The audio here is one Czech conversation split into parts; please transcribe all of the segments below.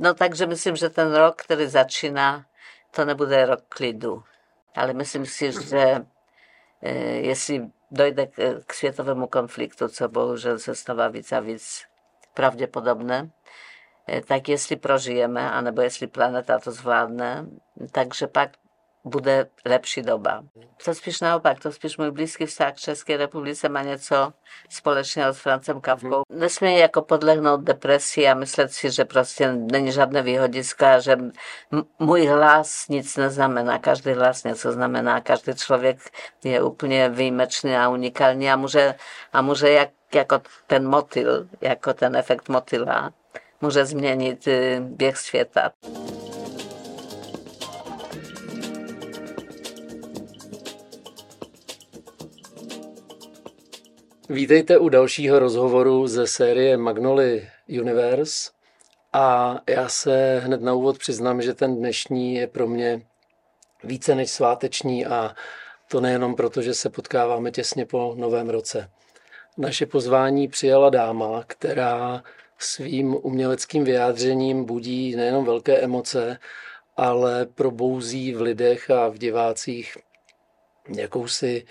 No takže myslím, že ten rok, který začíná, to nebude rok klidu. Ale myslím si, že jestli dojde k světovému konfliktu, co bohužel se stává víc a víc pravděpodobné, tak jestli prožijeme, anebo jestli planeta to zvládne, takže pak bude lepší doba. To spíš naopak, to spíš můj blízký vztah k České republice má něco společného s Francem Kafkou. Nesmí jako podlehnout depresii a myslet si, že prostě není žádné výhodisko a že můj hlas nic neznamená. Každý hlas něco znamená, každý člověk je úplně výjimečný a unikální a může jako ten motyl, jako ten efekt motyla, může změnit běh světa. Vítejte u dalšího rozhovoru ze série Magnolia Universe a já se hned na úvod přiznám, že ten dnešní je pro mě více než sváteční a to nejenom proto, že se potkáváme těsně po Novém roce. Naše pozvání přijala dáma, která svým uměleckým vyjádřením budí nejenom velké emoce, ale probouzí v lidech a v divácích jakousi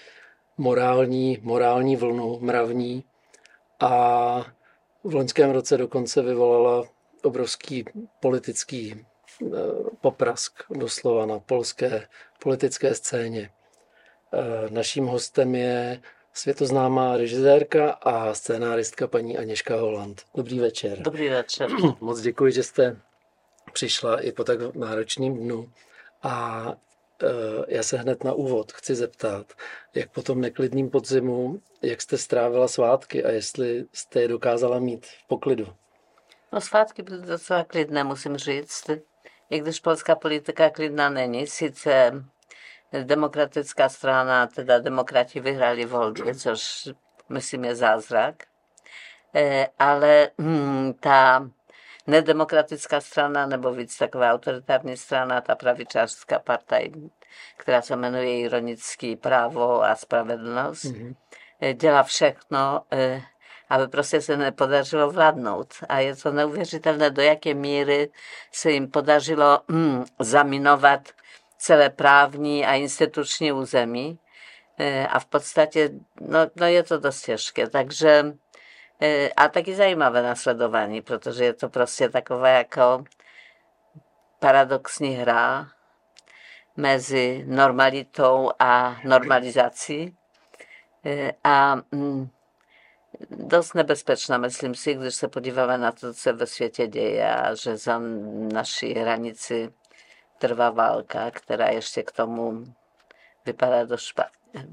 morální vlnu, mravní, a v loňském roce dokonce vyvolala obrovský politický poprask doslova na polské politické scéně. Naším hostem je světoznámá režisérka a scénáristka paní Aněžka Holland. Dobrý večer. Dobrý večer. Moc děkuji, že jste přišla i po tak náročným dnu. A já se hned na úvod chci zeptat, jak po tom neklidným podzimu, jak jste strávila svátky a jestli jste je dokázala mít v poklidu. No svátky byly docela klidné, musím říct. I když polská politika klidná není, sice demokratická strana, teda demokrati vyhráli volby, což myslím je zázrak, ale ta nedemokratická strana, nebo víc taková autoritární strana, ta pravičářská partaj, která se jmenuje ironicky Právo a spravedlnost, dělá všechno, aby prostě se nepodařilo vládnout. A je to neuvěřitelné, do jaké míry se jim podařilo zaminovat celé právní a instituční území. A v podstatě no je to dost těžké. Takže a taky zajímavé nasledování, protože je to prostě taková jako paradoxní hra mezi normalitou a normalizací a dost nebezpečná, myslím si, když se podíváme na to, co se ve světě děje a že za naší hranici trvá válka, která ještě k tomu vypadá dost špatně.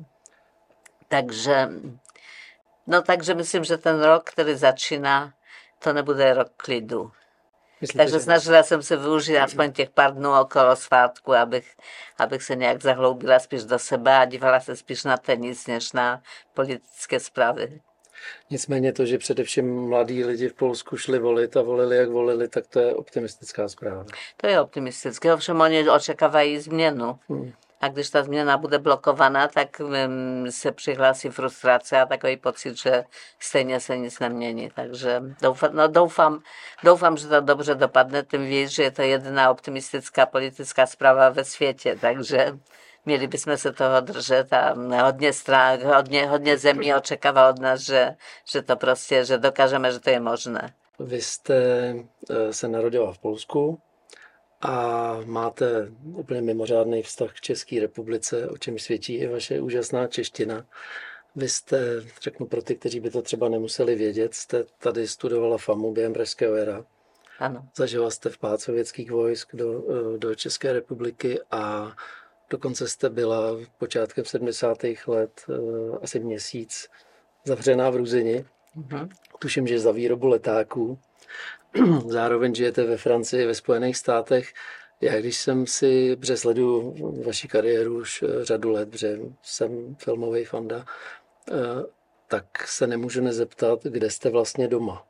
Takže myslím, že ten rok, který začíná, to nebude rok klidu. Myslíte, takže snažila jsem se využít aspoň těch pár dnů okolo svátku, abych se nějak zahloubila spíš do sebe a dívala se spíš na tenis, než na politické zprávy. Nicméně to, že především mladí lidi v Polsku šli volit a volili, jak volili, tak to je optimistická zpráva. To je optimistické, ovšem oni očekávají změnu. A když ta změna bude blokovaná, tak se přihlásí frustrace a takový pocit, že stejně se nic nemění. Takže doufám, že to dobře dopadne, tím víc, že je to jediná optimistická politická zpráva ve světě. Takže měli bychom se toho držet a hodně zemí očekává od nás, že to prostě, že dokážeme, že to je možné. Vy jste se narodila v Polsku a máte úplně mimořádný vztah k České republice, o čem svědčí i vaše úžasná čeština. Vy jste, řeknu pro ty, kteří by to třeba nemuseli vědět, jste tady studovala FAMU během pražského jara. Ano. Zažila jste vpád sovětských vojsk do České republiky a dokonce jste byla počátkem 70. let asi měsíc zavřená v Ruzini. Tuším, že za výrobu letáků. Zároveň žijete ve Francii, ve Spojených státech. Já když jsem si sleduju vaši kariéru už řadu let, protože jsem filmový fanda, tak se nemůžu nezeptat, kde jste vlastně doma.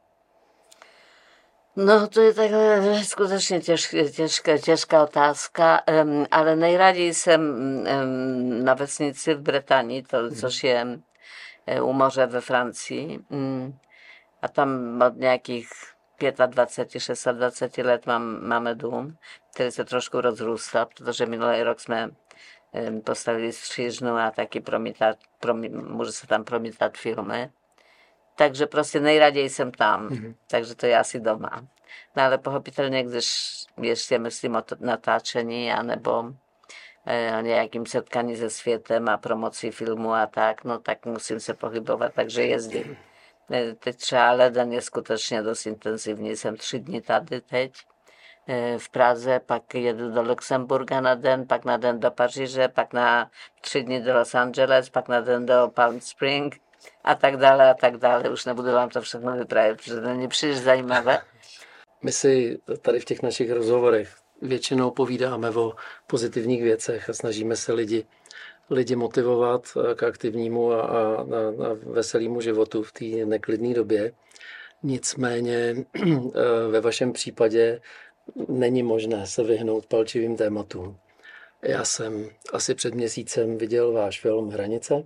No to je takhle skutečně těžká otázka, ale nejraději jsem na vesnici v Bretanii, což je u moře ve Francii. A tam od nějakých 25, 26 let máme dům, který se trošku rozrůstá, protože minulý rok jsme postavili střížnu a taky může se tam promítat filmy. Takže prostě nejraději jsem tam, takže to je asi doma. No ale pochopitelně, když ještě myslím o natáčení, anebo o nějakým setkání se světem a promocí filmu a tak, no tak musím se pohybovat, takže jezdím. Teď třeba leden je skutečně dost intenzivní, jsem 3 dny tady teď v Praze, pak jedu do Luxemburga na den, pak na den do Paříže, pak na 3 dny do Los Angeles, pak na den do Palm Spring a tak dále a tak dále. Už nebudu vám to všechno vyprávět, protože to není příliš zajímavé. My si tady v těch našich rozhovorech většinou povídáme o pozitivních věcech a snažíme se lidi motivovat k aktivnímu a veselému životu v té neklidné době. Nicméně ve vašem případě není možné se vyhnout palčivým tématům. Já jsem asi před měsícem viděl váš film Hranice,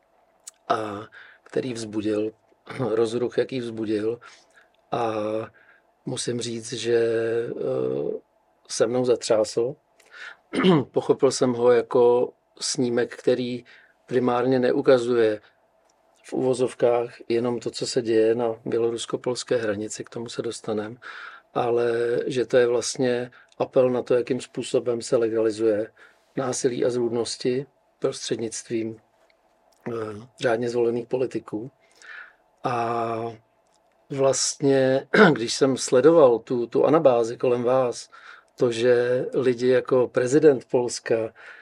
který vzbudil rozruch, jaký vzbudil, a musím říct, že se mnou zatřásl. Pochopil jsem ho jako snímek, který primárně neukazuje v uvozovkách jenom to, co se děje na bělorusko-polské hranici, k tomu se dostaneme, ale že to je vlastně apel na to, jakým způsobem se legalizuje násilí a zrůdnosti prostřednictvím řádně zvolených politiků. A vlastně, když jsem sledoval tu anabázi kolem vás, to, že lidi jako prezident Polska,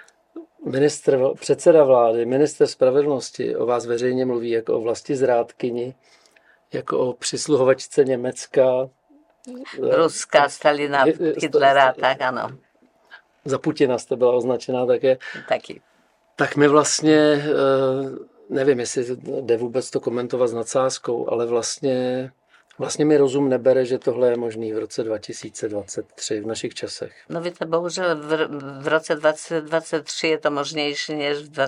předseda vlády, ministr spravedlnosti o vás veřejně mluví jako o vlastizrádkyni, jako o přisluhovačce Německa, Ruska, Stalina, Hitlera, tak ano. Za Putina jste byla označená také. Taky. Tak mi vlastně, nevím, jestli jde vůbec to komentovat s nadsázkou, ale vlastně mi rozum nebere, že tohle je možný v roce 2023 v našich časech. No víte, bohužel v roce 2023 je to možnější než v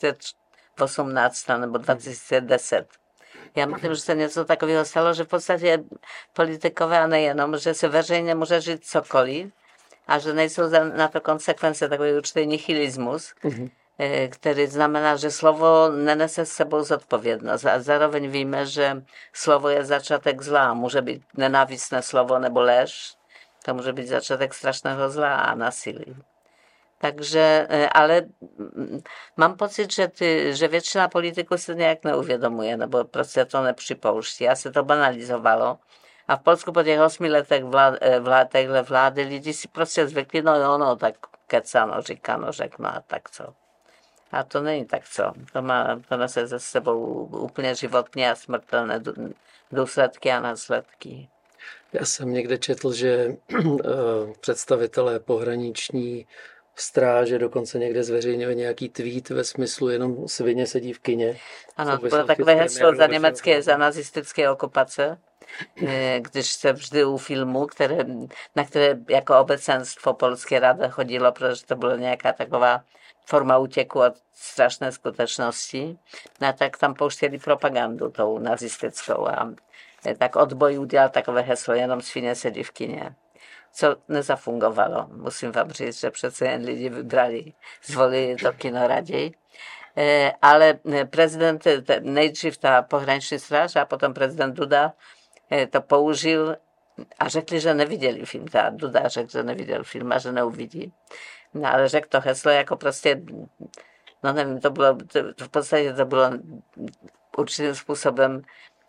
2018 nebo 2010. Já myslím, že se něco takového stalo, že v podstatě politikové a nejenom, že se veřejně může říct cokoliv a že nejsou na to konsekvence, takový určitý nihilismus, který znamená, že slovo nenese s sebou zodpovědnost. A zároveň víme, že slovo je začátek zla. Může být nenávistné slovo nebo lež, to může být začátek strašného zla a násilí. Takže, ale mám pocit, že většina politiků se nějak neuvědomuje, nebo prostě to nepřipouští. A se to banalizovalo. A v Polsku po těch 8 letech vlády lidi si prostě zvykli, no, tak kecano, říkano, řekno a tak co. A to není tak co. To nese ze sebou úplně životní a smrtelné důsledky a následky. Já jsem někde četl, že představitelé pohraniční stráže dokonce někde zveřejňuje nějaký tweet ve smyslu jenom svině sedí v kině. Ano, to bylo takové heslo za německé, za nazistické okupace, když se vždy u filmu, na které jako obecenstvo Polské rady chodilo, protože to byla nějaká taková forma útěku od strašné skutečnosti, no tak tam pouštěli propagandu tou nazistickou a tak odboj udělal takové heslo, jenom svině sedí v kině. Co nezafungovalo. Musím vám říct, že přece jen lidi zvolili to kino raději. Ale prezident, nejdřív ta pohraniční stráž a potom prezident Duda to použil a řekli, že neviděli film. Ta Duda řekl, že neviděl film a že neuvidí. No ale řekl to heslo jako prostě, no nevím, v podstatě to bylo určitým způsobem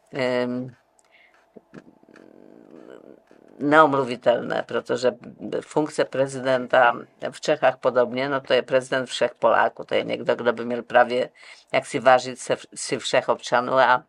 neomluvitelné, protože funkce prezidenta v Čechách podobně, no to je prezident všech Poláků, to je někdo, kdo by měl právě jak si vážit si všech občanů a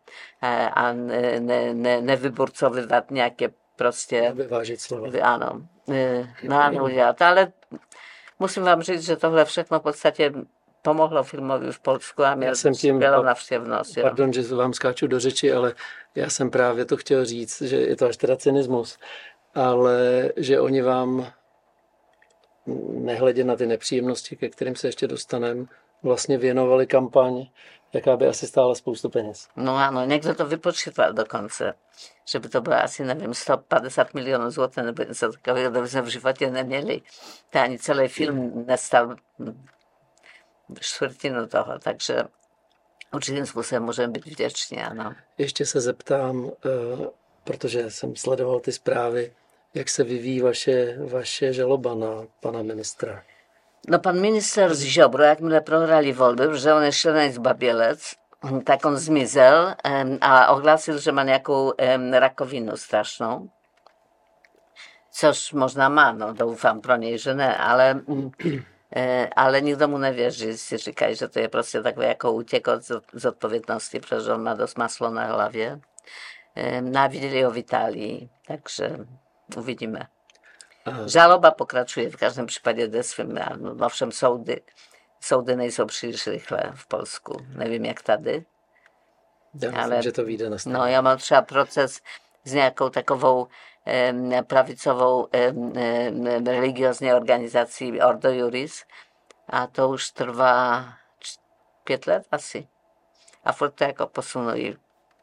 nevyburcovat nějaké prostě... Vyvážit slova. Ano, udělat, ale musím vám říct, že tohle všechno v podstatě pomohlo filmovi v Polsku a měl skvělou navštěvnost. Pardon, že vám skáču do řeči, ale já jsem právě to chtěl říct, že je to až teda cynismus, ale že oni vám, nehledě na ty nepříjemnosti, ke kterým se ještě dostaneme, vlastně věnovali kampaň, jaká by asi stála spoustu peněz. No ano, někdo to vypočítal dokonce, že by to bylo asi, nevím, 150 milionů złotych nebo něco takového, to bychom v životě neměli. To ani celý film nestal čtvrtinu toho, takže určitým způsobem můžeme být vděční, ano. Ještě se zeptám, protože jsem sledoval ty zprávy, jak se vyvíjí vaše žaloba na pana ministra. No pan minister Ziobro, jakmile prohrali volby, protože on je šílený zbabělec, tak on zmizel a ohlásil, že má nějakou rakovinu strašnou. Což možná má, no doufám pro něj, že ne, ale nikdo mu nevěří, si říkají, že to je prostě takové jako útěk od zodpovědnosti, protože on má dost maslo na hlavě. No a viděli ho v Itálii, takže uvidíme. Žaloba pokračuje v každém případě jde svým, no ovšem soudy nejsou příliš rychlé v Polsku, nevím jak tady. Já myslím, že to vyjde na stranu. No já mám třeba proces s nějakou takovou pravicovou religiozní organizací Ordo Juris a to už trvá 5 let asi. A furt to jako posunují.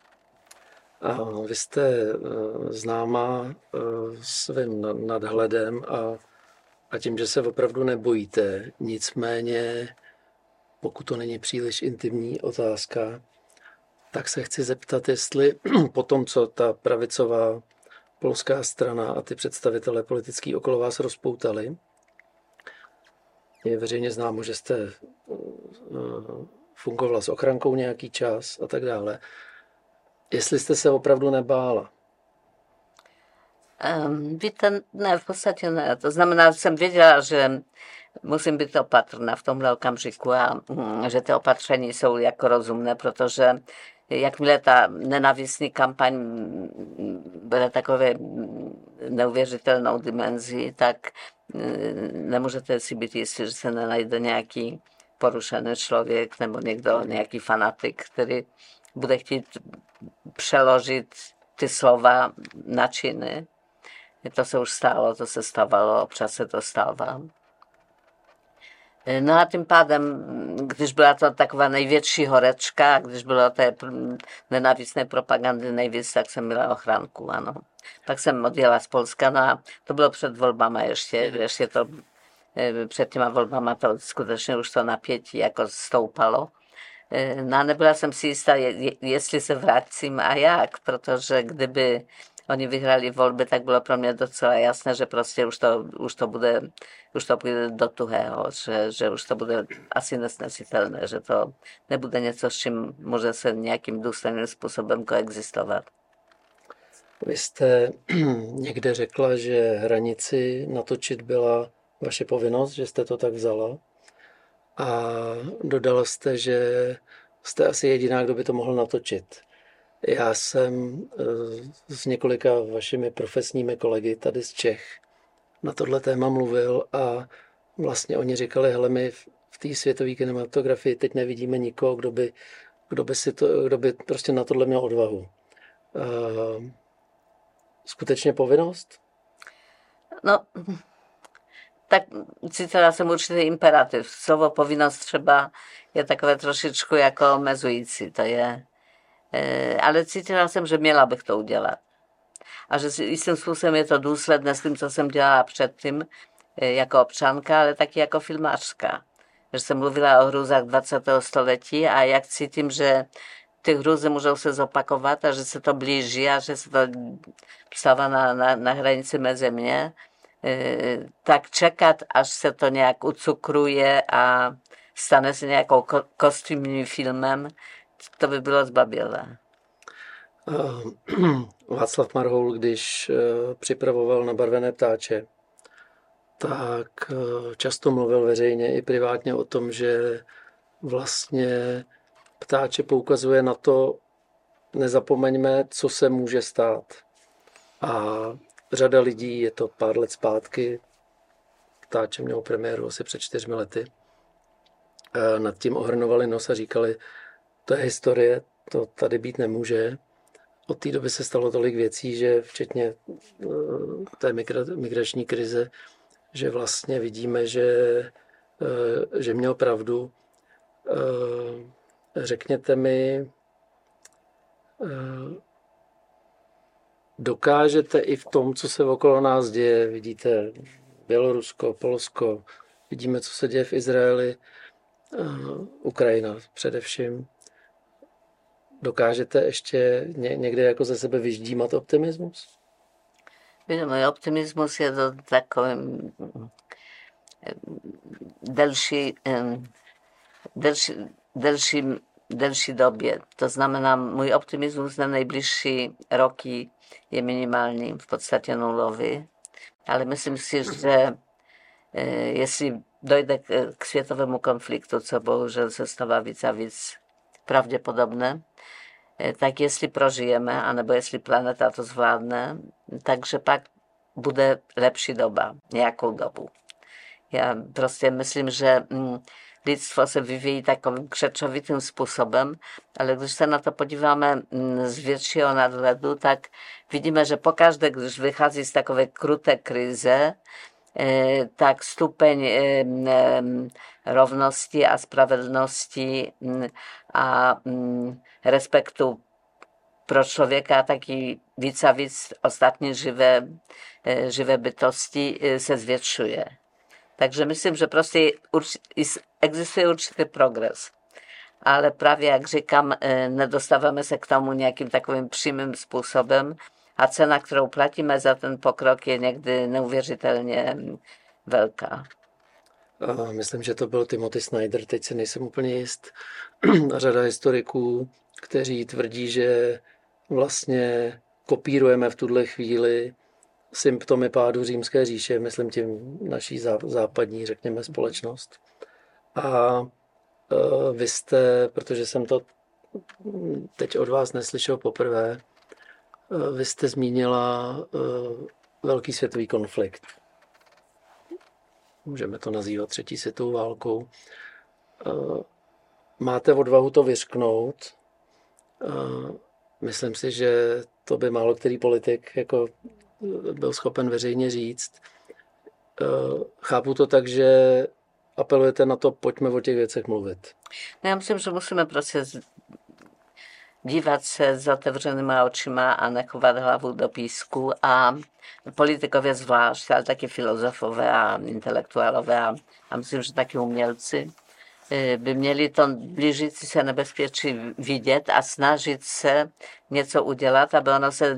Vy jste známá svým nadhledem a tím, že se opravdu nebojíte. Nicméně, pokud to není příliš intimní otázka, tak se chci zeptat, jestli po tom, co ta pravicová polská strana a ty představitelé politický okolo vás rozpoutali, je veřejně známo, že jste fungovala s ochrankou nějaký čas a tak dále. Jestli jste se opravdu nebála? Víte, ne, v podstatě ne. To znamená, že jsem věděla, že musím být opatrná v tomhle okamžiku a že ty opatření jsou jako rozumné, protože jakmile ta nenávistný kampaň bude takové neuvěřitelnou dimenzí, tak nemůžete si být jistí, že se nenajde nějaký porušený člověk nebo někdo, nějaký fanatik, který bude chtít přeložit ty slova na činy. To se už stalo, to se stávalo, občas se to stává. No a tím pádem, když byla to taková největší horečka, když bylo té nenávistné propagandy nejvíc, tak jsem měla ochranku, ano. Pak jsem odjela z Polska, no a to bylo před volbama ještě to, před těma volbama to skutečně už to napětí jako stoupalo. No a nebyla jsem si jistá, jestli se vracím a jak, protože kdyby oni vyhrali volby, tak bylo pro mě docela jasné, že prostě už to bude do tuhého, že už to bude asi nesnesitelné, že to nebude něco, s čím může se nějakým důsledným způsobem koexistovat. Vy jste někde řekla, že hranici natočit byla vaše povinnost, že jste to tak vzala. A dodala jste, že jste asi jediná, kdo by to mohl natočit. Já jsem s několika vašimi profesními kolegy tady z Čech na tohle téma mluvil a vlastně oni říkali, hele, my v té světové kinematografii teď nevidíme nikoho, kdo by prostě na tohle měl odvahu. Skutečně povinnost? No, tak cítila jsem určitý imperativ. Slovo povinnost třeba je takové trošičku jako omezující, to je. Ale cítila jsem, že měla bych to udělat. A že jistým způsobem je to důsledné s tím, co jsem dělala předtím jako občanka, ale taky jako filmařka. Že jsem mluvila o hrůzách 20. století a jak cítím, že ty hrůzy můžou se zopakovat a že se to blíží a že se to stává na hranici mezi mě, tak čekat, až se to nějak ucukruje a stane se nějakou kostýmním filmem, to by bylo zbabělé. Václav Marhoul, když připravoval Nabarvené ptáče, tak často mluvil veřejně i privátně o tom, že vlastně Ptáče poukazuje na to, nezapomeňme, co se může stát. A řada lidí, je to pár let zpátky, Ptáče měl premiéru asi před 4 lety, nad tím ohrnovali nos a říkali, to je historie, to tady být nemůže. Od té doby se stalo tolik věcí, že včetně té migrační krize, že vlastně vidíme, že měl pravdu. Řekněte mi, dokážete i v tom, co se okolo nás děje, vidíte Bělorusko, Polsko, vidíme, co se děje v Izraeli, Ukrajina především, dokážete ještě někde jako ze sebe vyždímat optimismus? Můj optimismus je do takovým delší době. To znamená, můj optimismus na nejbližší roky je minimální, v podstatě nulový, ale myslím si, že jestli dojde k světovému konfliktu, co bohužel se stává víc a víc pravděpodobné, tak jestli prožijeme, anebo jestli planeta to zvládne, takže pak bude lepší doba, nějakou dobu. Já prostě myslím, že lidstvo se vyvíjí takovým křečovitým způsobem, ale když se na to podíváme z většího nadhledu, tak vidíme, že pokaždé, když vychází z takové kruté krize, tak stupeň rovnosti a spravedlnosti a respektu pro člověka, taky víc a víc ostatní živé bytosti se zvětšuje. Takže myslím, že prostě existuje určitý progres. Ale právě, jak říkám, nedostáváme se k tomu nějakým takovým přímým způsobem a cena, kterou platíme za ten pokrok, je někdy neuvěřitelně velká. Myslím, že to byl Timothy Snyder, teď si nejsem úplně jist. A řada historiků, kteří tvrdí, že vlastně kopírujeme v tuhle chvíli symptomy pádu Římské říše, myslím tím naší západní, řekněme, společnost. A vy jste, protože jsem to teď od vás neslyšel poprvé, vy jste zmínila velký světový konflikt. Můžeme to nazývat třetí světovou válkou. Máte odvahu to vyřknout. Myslím si, že to by málo který politik jako byl schopen veřejně říct. Chápu to tak, že apelujete na to, pojďme o těch věcech mluvit. No, já myslím, že musíme prostě dívat se s otevřenýma očima a nechovat hlavu do písku a politikové zvlášť, ale taky filozofové a intelektuálové a myslím, že taky umělci by měli to blížící se nebezpečí vidět a snažit se něco udělat, aby ono se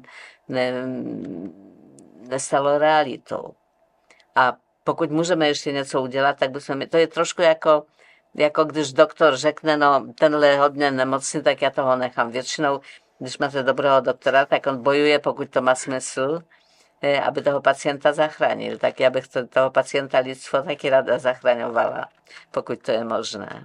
nestalo realitou. A pokud můžeme ještě něco udělat, tak bychom, to je trošku jako když doktor řekne, no tenhle je hodně nemocný, tak já toho nechám. Většinou, když máte dobrého doktora, tak on bojuje, pokud to má smysl, aby toho pacienta zachránil. Tak já bych toho pacienta lidstvo taky ráda zachraňovala, pokud to je možné.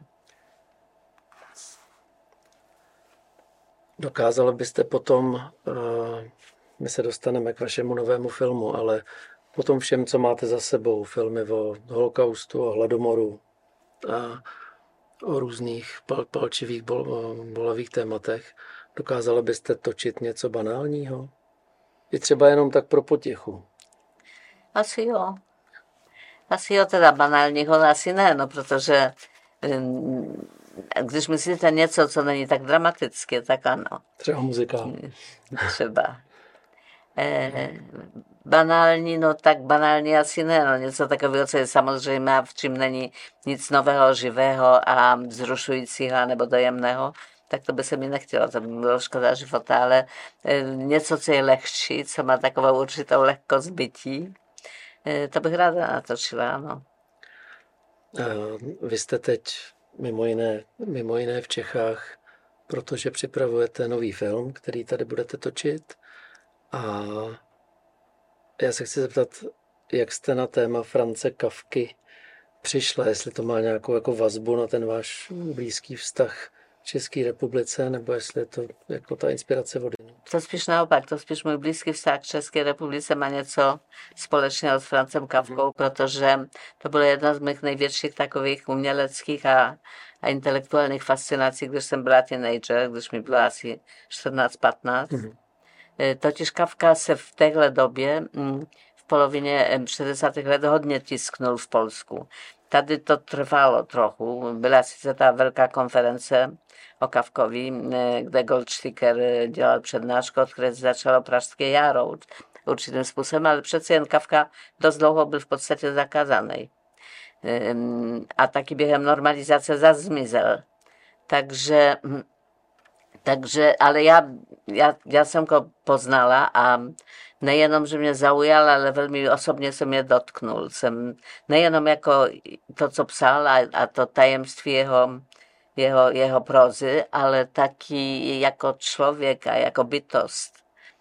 Dokázala byste potom, my se dostaneme k vašemu novému filmu, ale potom všem, co máte za sebou, filmy o holokaustu, o hladomoru a o různých palčivých, bolavých tématech, dokázala byste točit něco banálního? I třeba jenom tak pro potěchu. Asi jo, teda banálního, asi ne, no, protože když myslíte něco, co není tak dramatické, tak ano. Třeba muzika. Třeba. Banální, no tak banální asi ne, no něco takového, co je samozřejmé a v čím není nic nového, živého a vzrušujícího nebo dojemného, tak to by se mi nechtělo, to by bylo škoda života, ale něco, co je lehčí, co má takovou určitou lehkost bytí, to bych ráda natočila, ano. Vy jste teď mimo jiné v Čechách, protože připravujete nový film, který tady budete točit. A já se chci zeptat, jak jste na téma Franze Kafky přišla, jestli to má nějakou jako vazbu na ten váš blízký vztah v České republice, nebo jestli je to jako ta inspirace vody. To spíš naopak, to spíš můj blízký vztah k České republice má něco společného s Francem Kafkou, protože to bylo jedna z mých největších takových uměleckých a intelektuálních fascinací, když jsem byla teenager, když mi bylo asi 14-15. Totiž Kafka se v téhle době v w polovině 40. let hodně tisknul v Polsku. Tady to trvalo trochu. Byla sice ta velká konference o Kafkovi, kde Goldsticker dělal přednášku, od které začalo Pražské jaro určitým způsobem, ale přece jen Kafka dost dlouho byl v podstatě zakázaný. A taky během normalizace zase zmizel. Takže, ale já jsem ho poznala a nejenom, že mě zaujal, ale velmi osobně se mě dotknul. Nejenom jako to, co psal a to tajemství jeho prózy, ale taky jako člověk a jako bytost.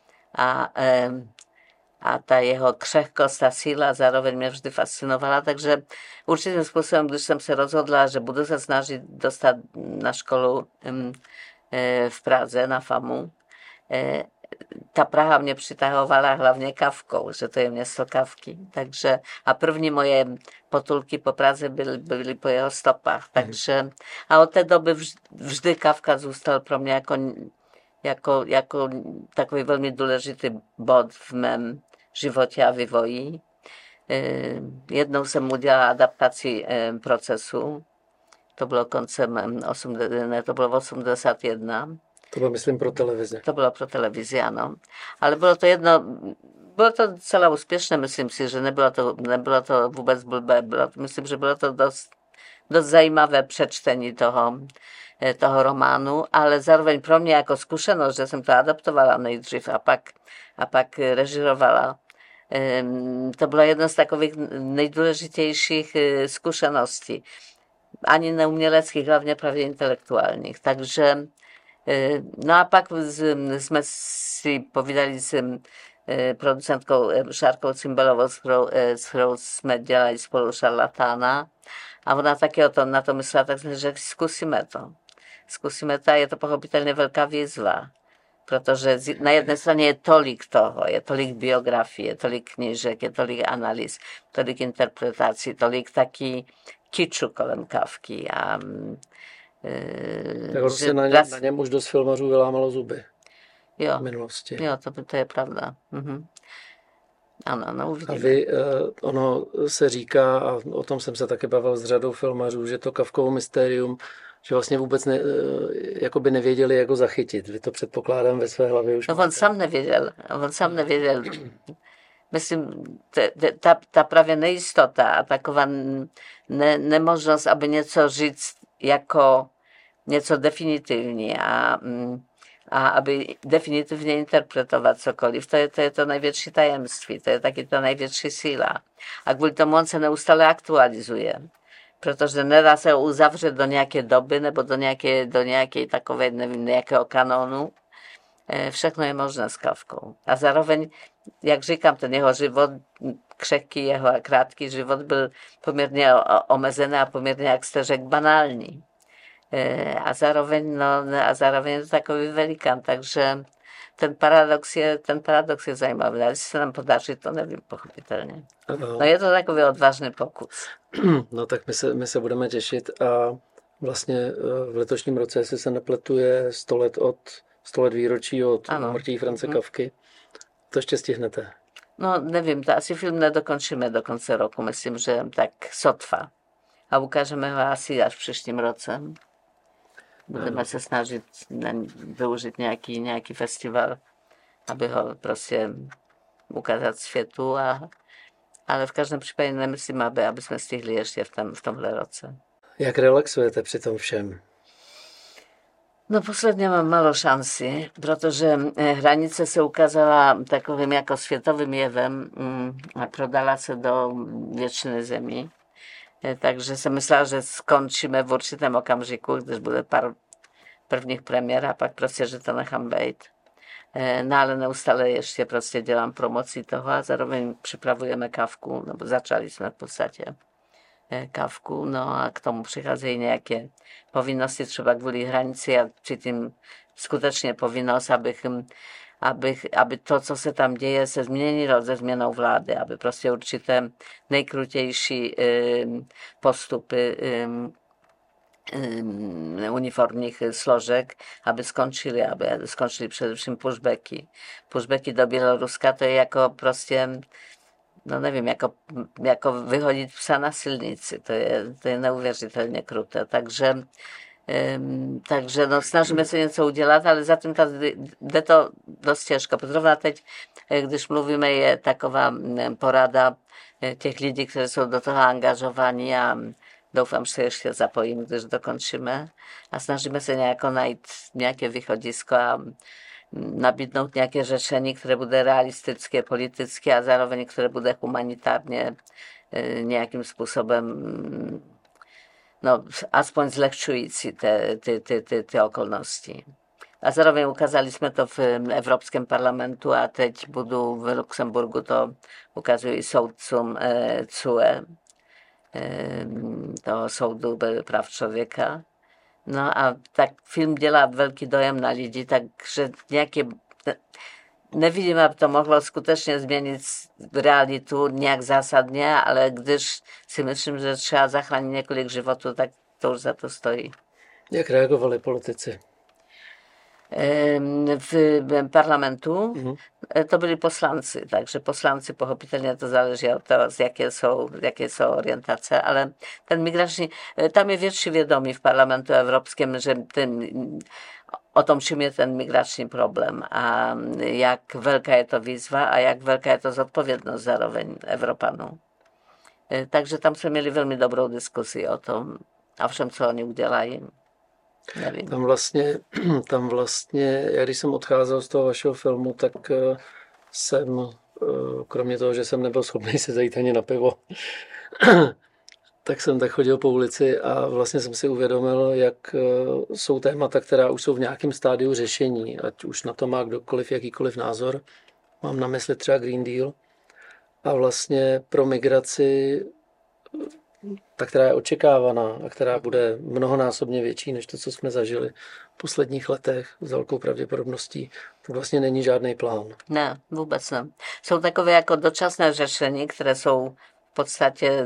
A ta jeho křehkost, ta síla zároveň mě vždy fascinovala, takže určitým způsobem, když jsem se rozhodla, že budu se snažit dostat na školu v Praze, na FAMu, ta Praha mě přitahovala hlavně Kafkou, že to je město Kafky. Takže, a první moje potulky po Praze byly po jeho stopách. Takže, a od té doby vždy Kafka zůstal pro mě jako takový velmi důležitý bod v mém životě a vývoji. Jednou jsem udělala adaptaci Procesu, to bylo to bylo 81. To bylo, myslím, pro televizi. To bylo pro televizi, ano. Ale bylo to docela úspěšné, myslím si, že nebylo to vůbec blbé. Myslím, že bylo to dost zajímavé přečtení toho románu, ale zároveň pro mě jako zkušenost, že jsem to adaptovala nejdřív a pak režirovala. To bylo jedno z takových nejdůležitějších zkušeností. Ani neuměleckých, hlavně právě intelektuálních. Takže no a pak jsme si povídali s producentkou Šárkou Cimbalovou, s kterou jsme dělali spolu Šarlatána. A ona taky na to myslela, tak jsme řekli, zkusíme to a je to pochopitelně velká výzva. Protože na jedné straně je tolik toho, je tolik biografie, je tolik knížek, je tolik analýz, tolik interpretací, tolik taky kiču kolem Kafky. Tak se na něm už dost filmařů vylámalo zuby v minulosti. Jo, to je pravda. Ano, uvidíme. Ono se říká, a o tom jsem se taky bavil s řadou filmařů, že to Kafkovo mystérium, že vlastně vůbec jakoby nevěděli, jak ho zachytit. Vy to předpokládám ve své hlavě už. No, on sám nevěděl. Myslím, ta právě nejistota a taková nemožnost, aby něco říct jako něco definitivní a aby definitivně interpretovat cokoliv, to je to největší tajemství, to je taky ta největší síla. A kvůli tomu on se neustále aktualizuje, protože nedá se ho uzavřet do nějaké doby nebo do nějaké takové, nevím, nějakého kanonu. Všechno je možné s Kafkou. A zároveň, jak říkám, ten jeho život, křehký jeho krátký život byl poměrně omezený a poměrně, jak jste řekl, banální. A zároveň je to takový velikán, takže ten paradox je zajímavý. Ale jestli se nám podaří, to nevím, pochopitelně. No je to takový odvážný pokus. No tak my se budeme těšit a vlastně v letošním roce, jestli se nepletuje 100 let výročí od úmrtí Franze Kafky. To ještě stihnete? No nevím, to asi film nedokončíme do konce roku, myslím, že tak sotva. A ukážeme ho asi až v příštím roce. Budeme se snažit využít nějaký festival, aby ho prostě ukázat světu, ale v každém případě nemyslím, aby jsme stihli ještě v tomhle roce. Jak relaxujete při tom všem? No posledně mám málo šanci, protože hranice se ukázala takovým jako světovým jevem a prodala se do většiny zemí. Takže jsem myslela, že skončíme v určitém okamžiku, když bude pár prvních premiér a pak prostě, že to nechám být. No ale neustále ještě prostě dělám promoci toho a zároveň připravujeme Kafku, nebo začali jsme v podstatě Kafku, no a k tomu přicházejí nějaké povinnosti, třeba kvůli hranici a cítím skutečně povinnost, aby to, co se tam děje, se změnilo se změnou vlády, aby prostě určité nejkrutější postupy uniformních složek, aby skončily především pushbacky. Pushbacky do Běloruska, to je jako prostě no nevím, jako vyhodit psa na silnici. To je neuvěřitelně kruté. Takže no, snažíme se něco udělat, ale zatím jde to dost těžko. Zrovna teď, když mluvíme, je taková porada těch lidí, kteří jsou do toho angažovaní a doufám, že se ještě zapojím, když dokončíme. A snažíme se nějak najít nějaké východisko a nabídnout nějaké řešení, které bude realistické, politické a zároveň, které bude humanitárně nějakým způsobem no, aspoň zlehčující ty okolnosti. A zároveň ukázali jsme to v Evropském parlamentu a teď budu v Luxemburgu, to ukazují soudcům CUE, toho soudu práv člověka. No a tak film dělá velký dojem na lidi, takže nějaké nevidím, aby to mohlo skutečně změnit realitu nějak zásadně, ale když si myslím, že třeba zachránit několik životů, tak to už za to stojí. Jak reagovali politici? V parlamentu to byli poslanci, takže poslanci pochopitelně to záleží od toho, jaké jsou orientace, ale ten migrační, tam je větší vědomí v parlamentu evropském, že o tom, čím je ten migrační problém a jak velká je to výzva a jak velká je to zodpovědnost zároveň Evropanů. Takže tam jsme měli velmi dobrou diskusi o tom a všem, co oni udělají. Nevím. Tam vlastně, já když jsem odcházel z toho vašeho filmu, tak jsem, kromě toho, že jsem nebyl schopný se zajít ani na pivo, tak jsem tak chodil po ulici a vlastně jsem si uvědomil, jak jsou témata, která už jsou v nějakém stádiu řešení, ať už na to má kdokoliv jakýkoliv názor. Mám na mysli třeba Green Deal a vlastně pro migraci, ta, která je očekávaná a která bude mnohonásobně větší než to, co jsme zažili v posledních letech s velkou pravděpodobností, to vlastně není žádný plán. Ne, vůbec ne. Jsou takové jako dočasné řešení, které jsou v podstatě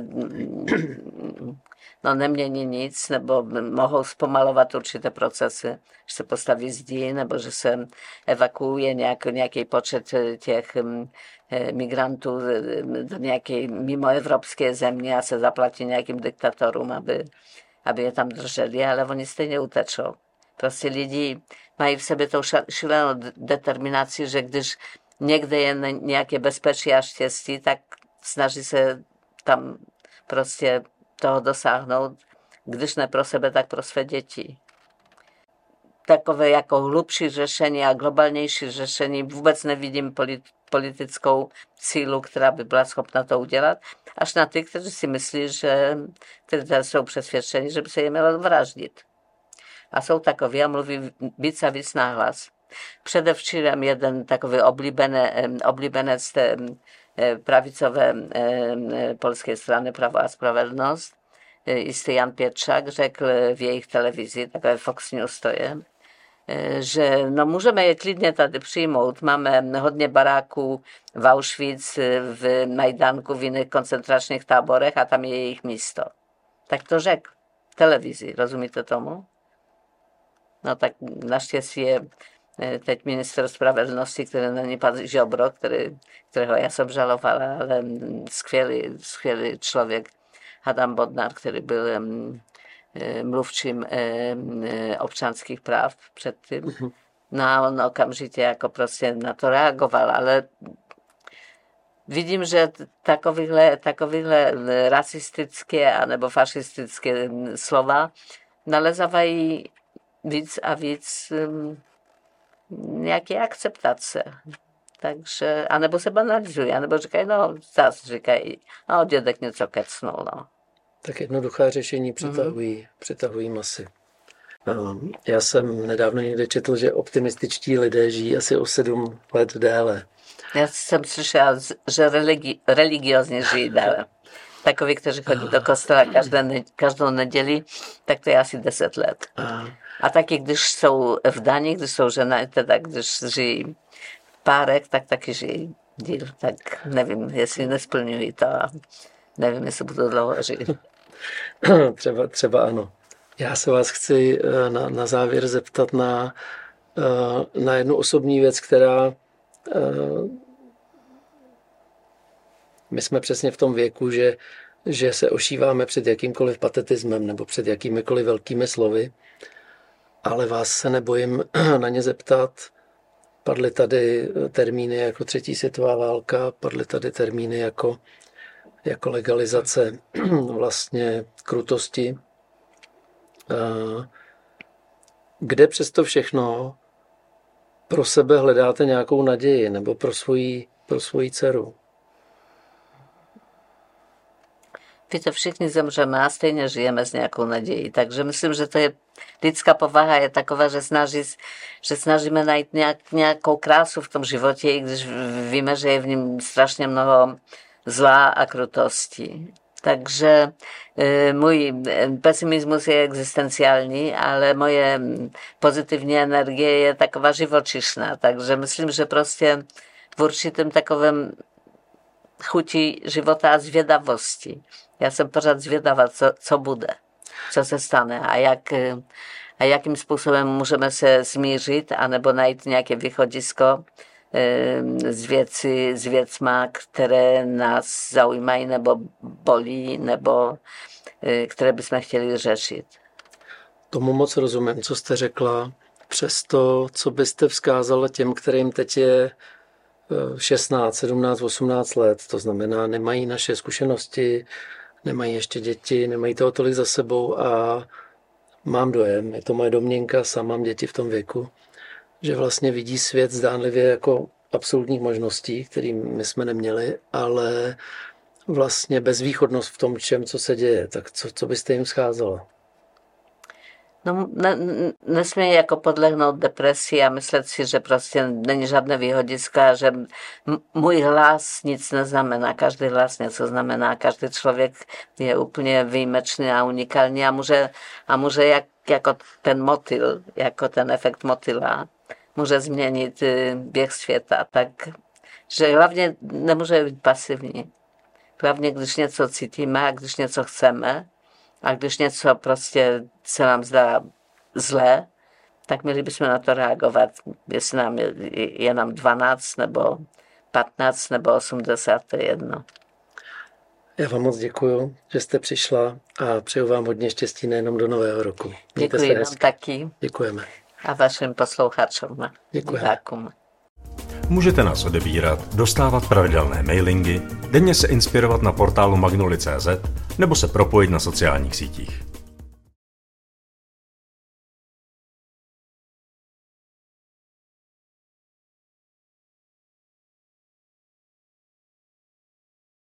no, nemění nic, nebo mohou zpomalovat určité procesy, že se postaví zdi, nebo že se evakuuje nějaký počet těch migrantů do nějaké mimoevropské země a se zaplatí nějakým diktatorům, aby je tam drželi, ale oni stejně utečou. Prostě lidi mají v sobě tou šílenou determinaci, že když někde je nějaké bezpečí a štěstí, tak snaží se tam prostě toho dosáhnout, když ne pro sebe, tak pro své děti. Takové jako hlubší řešení a globálnější řešení vůbec nevidím politickou sílu, která by byla schopna to udělat, až na ty, kteří si myslí, kteří jsou přesvědčeni, že by se je mělo vraždit. A jsou takoví a mluví víc a víc nahlas. Předevčírem jeden takový oblíbenec té pravicové polské strany Prawo a Spravedlnost, jistý Jan Pietrzak, řekl v jejich televizi, takové Fox News to je, že no můžeme je klidně tady přijmout, máme hodně baráků v Auschwitz, v Majdanku, v jiných koncentračních táborech a tam je jejich místo. Tak to řekl v televizi, rozumíte tomu? No tak naštěstí je teď ministr spravedlnosti, který není pan Žiobro, kterého já jsem žalovala, ale skvělý člověk, Adam Bodnar, který byl mluvčím občanských práv předtím. No a on okamžitě jako prostě na to reagoval, ale vidím, že takovýhle rasistické anebo fašistické slova nalezávají víc a víc nějaké akceptace. Takže, anebo se banalizují, anebo říkají, no, zase říkají, no, dědek něco kecnul, no. Tak jednoduchá řešení přitahují masy. Já jsem nedávno někde četl, že optimističtí lidé žijí asi o 7 let déle. Já jsem slyšela, že religiozně žijí déle. Takoví, kteří chodí do kostela každou neděli, tak to je asi 10 let. A taky, když jsou v Dani, když jsou ženy, teda když žijí v párech, tak taky žijí díl. Tak nevím, jestli nesplňují to a nevím, jestli budu dlouho žít. Třeba ano. Já se vás chci na závěr zeptat na jednu osobní věc, která my jsme přesně v tom věku, že se ošíváme před jakýmkoliv patetismem nebo před jakýmikoliv velkými slovy, ale vás se nebojím na ně zeptat. Padly tady termíny jako třetí světová válka, padly tady termíny jako legalizace vlastně krutosti. Kde přes to všechno pro sebe hledáte nějakou naději nebo pro svoji dceru? Víte, všichni zemřeme a stejně žijeme s nějakou nadějí. Takže myslím, že to je lidská povaha je taková, že snažíme najít nějakou krásu v tom životě, i když víme, že je v ním strašně mnoho zla a krutosti. Takže můj pesymismus je existenciální, ale moje pozitivní energie je taková živočišná. Takže myslím, že prostě v určitém takovém chuti života a zvědavosti. Já jsem pořád zvědavá, co bude, co se stane a jakým způsobem můžeme se smířit anebo najít nějaké východisko s věcma, které nás zaujímají nebo bolí, nebo které bychom chtěli řešit. Tomu moc rozumím, co jste řekla. Přesto, co byste vzkázala těm, kterým teď je 16, 17, 18 let, to znamená, nemají naše zkušenosti, nemají ještě děti, nemají toho tolik za sebou a mám dojem, je to moje domněnka, sám mám děti v tom věku, že vlastně vidí svět zdánlivě jako absolutních možností, kterým my jsme neměli, ale vlastně bezvýchodnost v tom, co se děje. Tak co byste jim vzkázala? No, nesmí jako podlehnout depresi a myslet si, že prostě není žádné výhodisko a že můj hlas nic neznamená. Každý hlas něco znamená. Každý člověk je úplně výjimečný a unikální a může jako ten motýl, jako ten efekt motýla, může změnit běh světa. Takže hlavně nemůže být pasivní. Hlavně, když něco cítíme a když něco chceme, a když něco prostě se nám zdá zlé, tak měli bychom na to reagovat, jestli je nám 12 nebo 15 nebo 80, to je jedno. Já vám moc děkuju, že jste přišla a přeju vám hodně štěstí nejenom do nového roku. Děkuji vám taky. Děkujeme. A vašim posluchačům. Děkujeme. Můžete nás odebírat, dostávat pravidelné mailingy, denně se inspirovat na portálu magnoli.cz nebo se propojit na sociálních sítích.